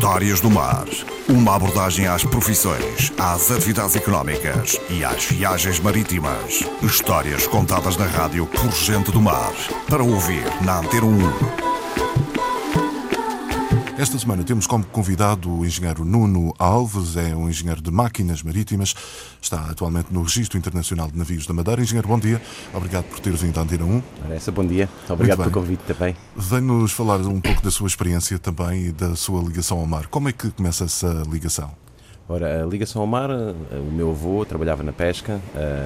Histórias do Mar. Uma abordagem às profissões, às atividades económicas e às viagens marítimas. Histórias contadas na rádio por gente do mar. Para ouvir na Antena 1. Esta semana temos como convidado o engenheiro Nuno Alves, é um engenheiro de máquinas marítimas, está atualmente no Registro Internacional de Navios da Madeira. Engenheiro, bom dia, obrigado por ter vindo à Antena 1. Essa, bom dia, obrigado pelo convite também. Vem-nos falar um pouco da sua experiência também e da sua ligação ao mar. Como é que começa essa ligação? Ora, a ligação ao mar, o meu avô trabalhava na pesca,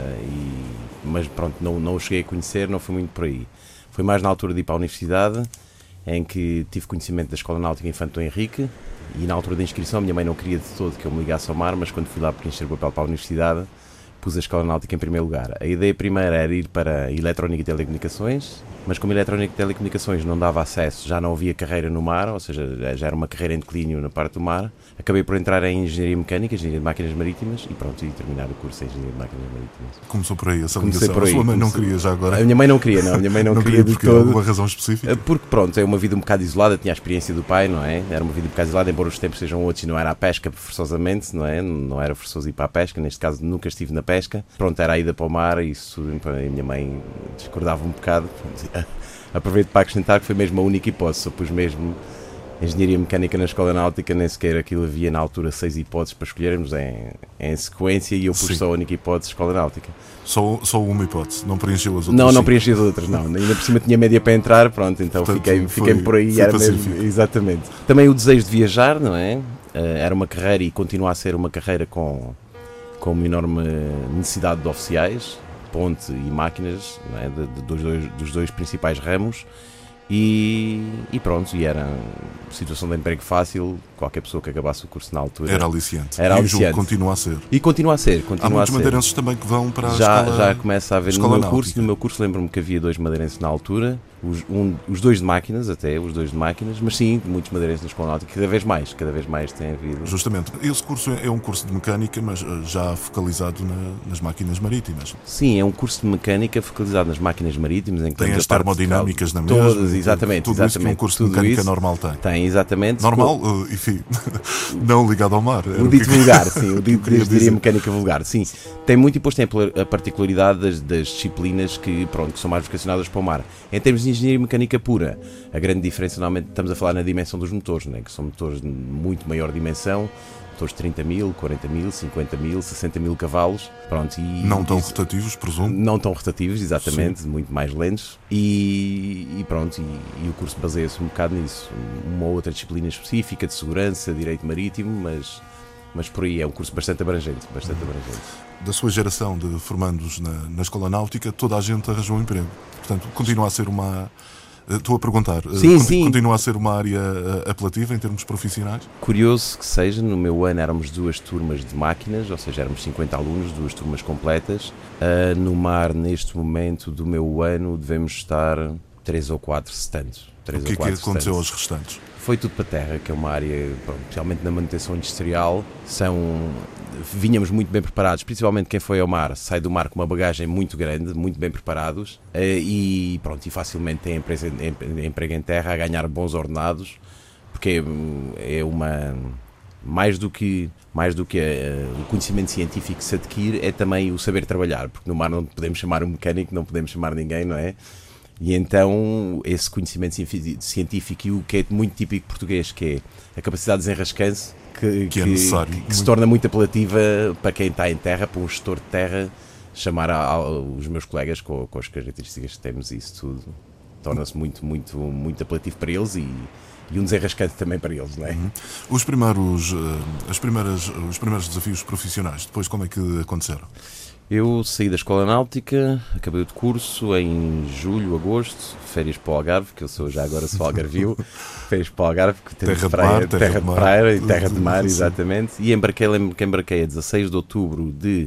mas pronto, não o cheguei a conhecer, não foi muito por aí. Foi mais na altura de ir para a universidade, em que tive conhecimento da Escola Náutica Infante Dom Henrique, e na altura da inscrição a minha mãe não queria de todo que eu me ligasse ao mar, mas quando fui lá preencher o papel para a universidade, pus a Escola Náutica em primeiro lugar. A ideia primeira era ir para Eletrónica e Telecomunicações, mas como Eletrónica e Telecomunicações não dava acesso, já não havia carreira no mar, ou seja, já era uma carreira em declínio na parte do mar, acabei por entrar em Engenharia Mecânica, Engenharia de Máquinas Marítimas, e pronto, e terminar o curso em Engenharia de Máquinas Marítimas. Começou por aí essa ligação? A sua mãe não queria já agora? A minha mãe não queria, não. A minha mãe não queria de todo. Alguma razão específica? Porque pronto, é uma vida um bocado isolada, tinha a experiência do pai, não é? Era uma vida um bocado isolada, embora os tempos sejam outros, e não era a pesca forçosamente, não é? Não era forçoso ir para a pesca, neste caso nunca estive na pesca. Pronto, era a ida para o mar e isso, a minha mãe discordava um bocado. Aproveito para acrescentar que foi mesmo a única hipótese, eu pus mesmo Engenharia Mecânica na Escola Náutica, nem sequer aquilo havia na altura 6 hipóteses para escolhermos em sequência, e eu pus só a única hipótese, Escola Náutica. Só uma hipótese, não preencheu as outras? Não preenchi as outras, não. Ainda por cima tinha média para entrar, pronto, então fiquei por aí, era mesmo, exatamente. Também o desejo de viajar, não é? Era uma carreira e continua a ser uma carreira com uma enorme necessidade de oficiais, ponte e máquinas, não é? Dos dois principais ramos. E pronto, e era situação de emprego fácil, qualquer pessoa que acabasse o curso na altura. Era aliciante. Era aliciante. E o jogo continua a ser. E continua a ser. Há muitos madeirenses também que vão para a escola. Já começa a haver no meu curso. Náutica. No meu curso lembro-me que havia 2 madeirenses na altura, os 2 de máquinas, mas sim, muitos madeirenses na Escola Náutica, cada vez mais tem havido. Justamente, esse curso é um curso de mecânica, mas já focalizado nas máquinas marítimas. Sim, é um curso de mecânica focalizado nas máquinas marítimas, em que tem as termodinâmicas na mesma. Todas, exatamente. Tudo isso que um curso de mecânica normal tem. Tem, exatamente. Normal, enfim, não ligado ao mar. O dito vulgar, sim, o dito diria mecânica vulgar, sim. Tem muito e depois tem a particularidade das disciplinas que são mais vocacionadas para o mar. Em termos de engenharia mecânica pura, a grande diferença, normalmente estamos a falar na dimensão dos motores, né? Que são motores de muito maior dimensão, motores de 30 mil, 40 mil, 50 mil, 60 mil cavalos. Pronto, e não tão rotativos, presumo? Não tão rotativos, exatamente, sim. Muito mais lentos. E pronto, e o curso baseia-se um bocado nisso. Uma outra disciplina específica de segurança, direito marítimo, mas por aí é um curso bastante abrangente. Da sua geração de formandos na Escola Náutica, toda a gente arranjou um emprego. Portanto, continua a ser uma... Estou a perguntar, sim. Continua a ser uma área apelativa em termos profissionais? Curioso que seja, no meu ano éramos 2 turmas de máquinas, ou seja, éramos 50 alunos, 2 turmas completas. No mar, neste momento do meu ano, devemos estar 3 ou 4 stands. O que é que aconteceu aos restantes? Foi tudo para a terra, que é uma área, especialmente na manutenção industrial, vinhamos muito bem preparados, principalmente quem foi ao mar, sai do mar com uma bagagem muito grande, muito bem preparados, e facilmente tem emprego em terra a ganhar bons ordenados, porque é uma... Mais do que o conhecimento científico que se adquire, é também o saber trabalhar, porque no mar não podemos chamar um mecânico, não podemos chamar ninguém, não é? E então esse conhecimento científico e o que é muito típico português, que é a capacidade de desenrascanço, que é necessário, que se torna muito apelativa para quem está em terra, para um gestor de terra, chamar os meus colegas com as características que temos, e isso tudo torna-se muito, muito, muito apelativo para eles e um desenrascante também para eles, não é? Os primeiros desafios profissionais, depois como é que aconteceram? Eu saí da Escola Náutica, acabei o curso em julho, agosto, férias para o Algarve, que eu sou algarvio, férias para o Algarve, que temos terra de praia e terra de mar, exatamente, e embarquei a 16 de outubro de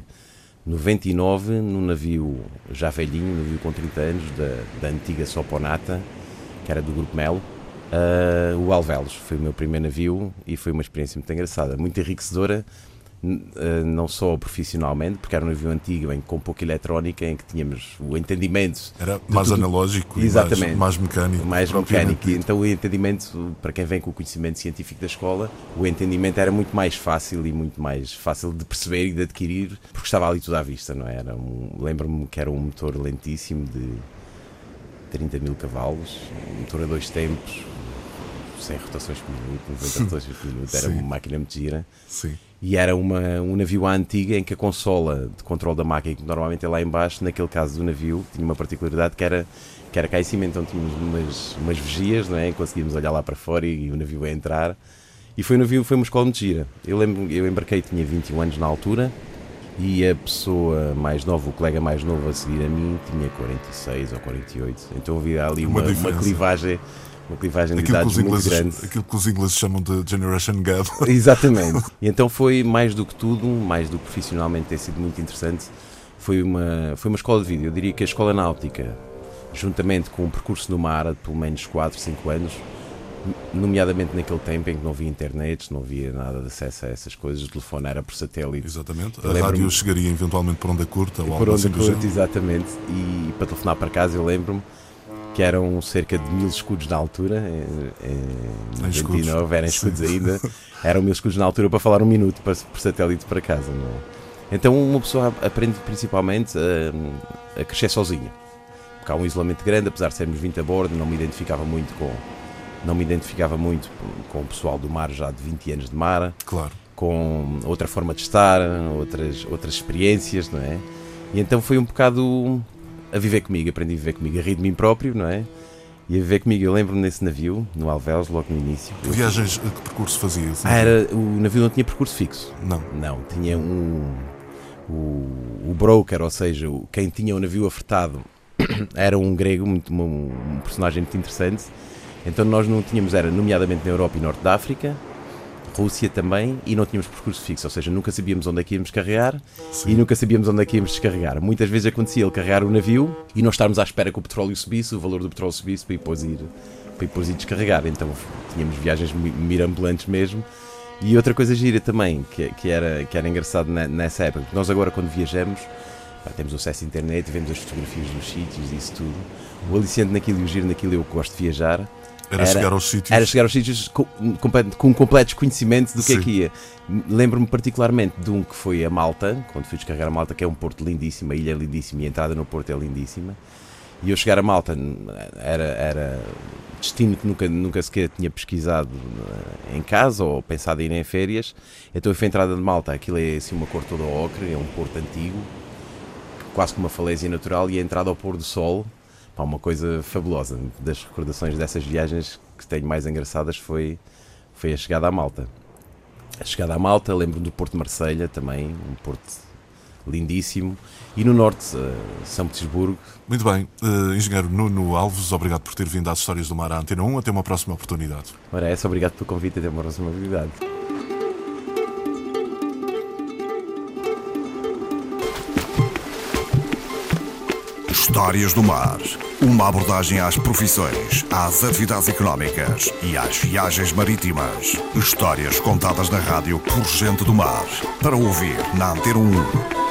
99 num navio já velhinho, um navio com 30 anos, da antiga Soponata, que era do Grupo Melo. O Alvelos foi o meu primeiro navio e foi uma experiência muito engraçada, muito enriquecedora, não só profissionalmente, porque era um navio antigo com pouca eletrónica, em que tínhamos o entendimento... Era mais analógico exatamente, e mais mecânico. Mais mecânico. Então o entendimento, para quem vem com o conhecimento científico da escola, o entendimento era muito mais fácil e muito mais fácil de perceber e de adquirir, porque estava ali tudo à vista, não é? Lembro-me que era um motor lentíssimo de 30 mil cavalos, um motor a 2 tempos, 100 rotações por minuto, 90 rotações por minuto, era uma máquina muito gira. Sim. E era um navio à antiga, em que a consola de controle da máquina, que normalmente é lá em baixo, naquele caso do navio, tinha uma particularidade que era cá em cima, então tínhamos umas vigias, não é? E conseguíamos olhar lá para fora e o navio a entrar. E foi uma escola muito gira. Eu embarquei, tinha 21 anos na altura, e a pessoa mais nova, o colega mais novo a seguir a mim, tinha 46 ou 48. Então havia ali uma clivagem de idades muito grande. Aquilo que os ingleses chamam de Generation Gap. Exatamente. E então foi, mais do que tudo, mais do que profissionalmente ter sido muito interessante, foi uma escola de vida. Eu diria que a escola náutica, juntamente com um percurso no mar de pelo menos 4, 5 anos, nomeadamente naquele tempo em que não havia internet, não havia nada de acesso a essas coisas, o telefone era por satélite. Exatamente. A rádio chegaria eventualmente por onda curta ou algo por assim onda curta, exatamente. E para telefonar para casa, eu lembro-me que eram cerca de 1000 escudos na altura, em 99, eram escudos ainda, eram 1000 escudos na altura para falar 1 minuto por satélite para casa. Não é? Então uma pessoa aprende principalmente a crescer sozinha, porque há um isolamento grande, apesar de sermos 20 a bordo, não me identificava muito com o pessoal do mar já de 20 anos de mar, claro, com outra forma de estar, outras experiências, não é? E então foi um bocado a viver comigo, aprendi a viver comigo, a rir de mim próprio, não é? E a viver comigo. Eu lembro-me nesse navio, no Alvéolos, logo no início. Que viagens, que percurso fazia? O navio não tinha percurso fixo. Não, tinha o broker, ou seja, quem tinha o navio afretado era um grego, um personagem muito interessante. Então nós não tínhamos, nomeadamente na Europa e Norte da África, Rússia também, e não tínhamos percurso fixo, ou seja, nunca sabíamos onde é que íamos carregar. Sim. E nunca sabíamos onde é que íamos descarregar. Muitas vezes acontecia ele carregar o navio e nós estarmos à espera que o petróleo subisse, o valor do petróleo subisse para depois ir descarregar. Então tínhamos viagens mirambulantes mesmo. E outra coisa gira também, que era engraçado nessa época, porque nós agora quando viajamos, temos acesso à internet, vemos as fotografias dos sítios e isso tudo. O aliciante naquilo e o giro naquilo, eu que gosto de viajar, era chegar aos sítios com um completo desconhecimento do que é que ia. Lembro-me particularmente de um que foi a Malta, quando fui descarregar a Malta, que é um porto lindíssimo, a ilha é lindíssima e a entrada no porto é lindíssima. E eu chegar a Malta era destino que nunca sequer tinha pesquisado em casa ou pensado em ir em férias. Então eu fui a entrada de Malta, aquilo é assim uma cor toda ocre, é um porto antigo, quase como uma falésia natural, e a entrada ao pôr do sol, uma coisa fabulosa. Das recordações dessas viagens que tenho mais engraçadas foi a chegada à Malta. A chegada à Malta, lembro-me do Porto de Marselha também, um porto lindíssimo. E no norte, São Petersburgo. Muito bem. Engenheiro Nuno Alves, obrigado por ter vindo às Histórias do Mar à Antena 1. Até uma próxima oportunidade. Ora, obrigado pelo convite, até uma próxima oportunidade. Histórias do Mar. Uma abordagem às profissões, às atividades económicas e às viagens marítimas. Histórias contadas na rádio por gente do mar. Para ouvir na Antena 1.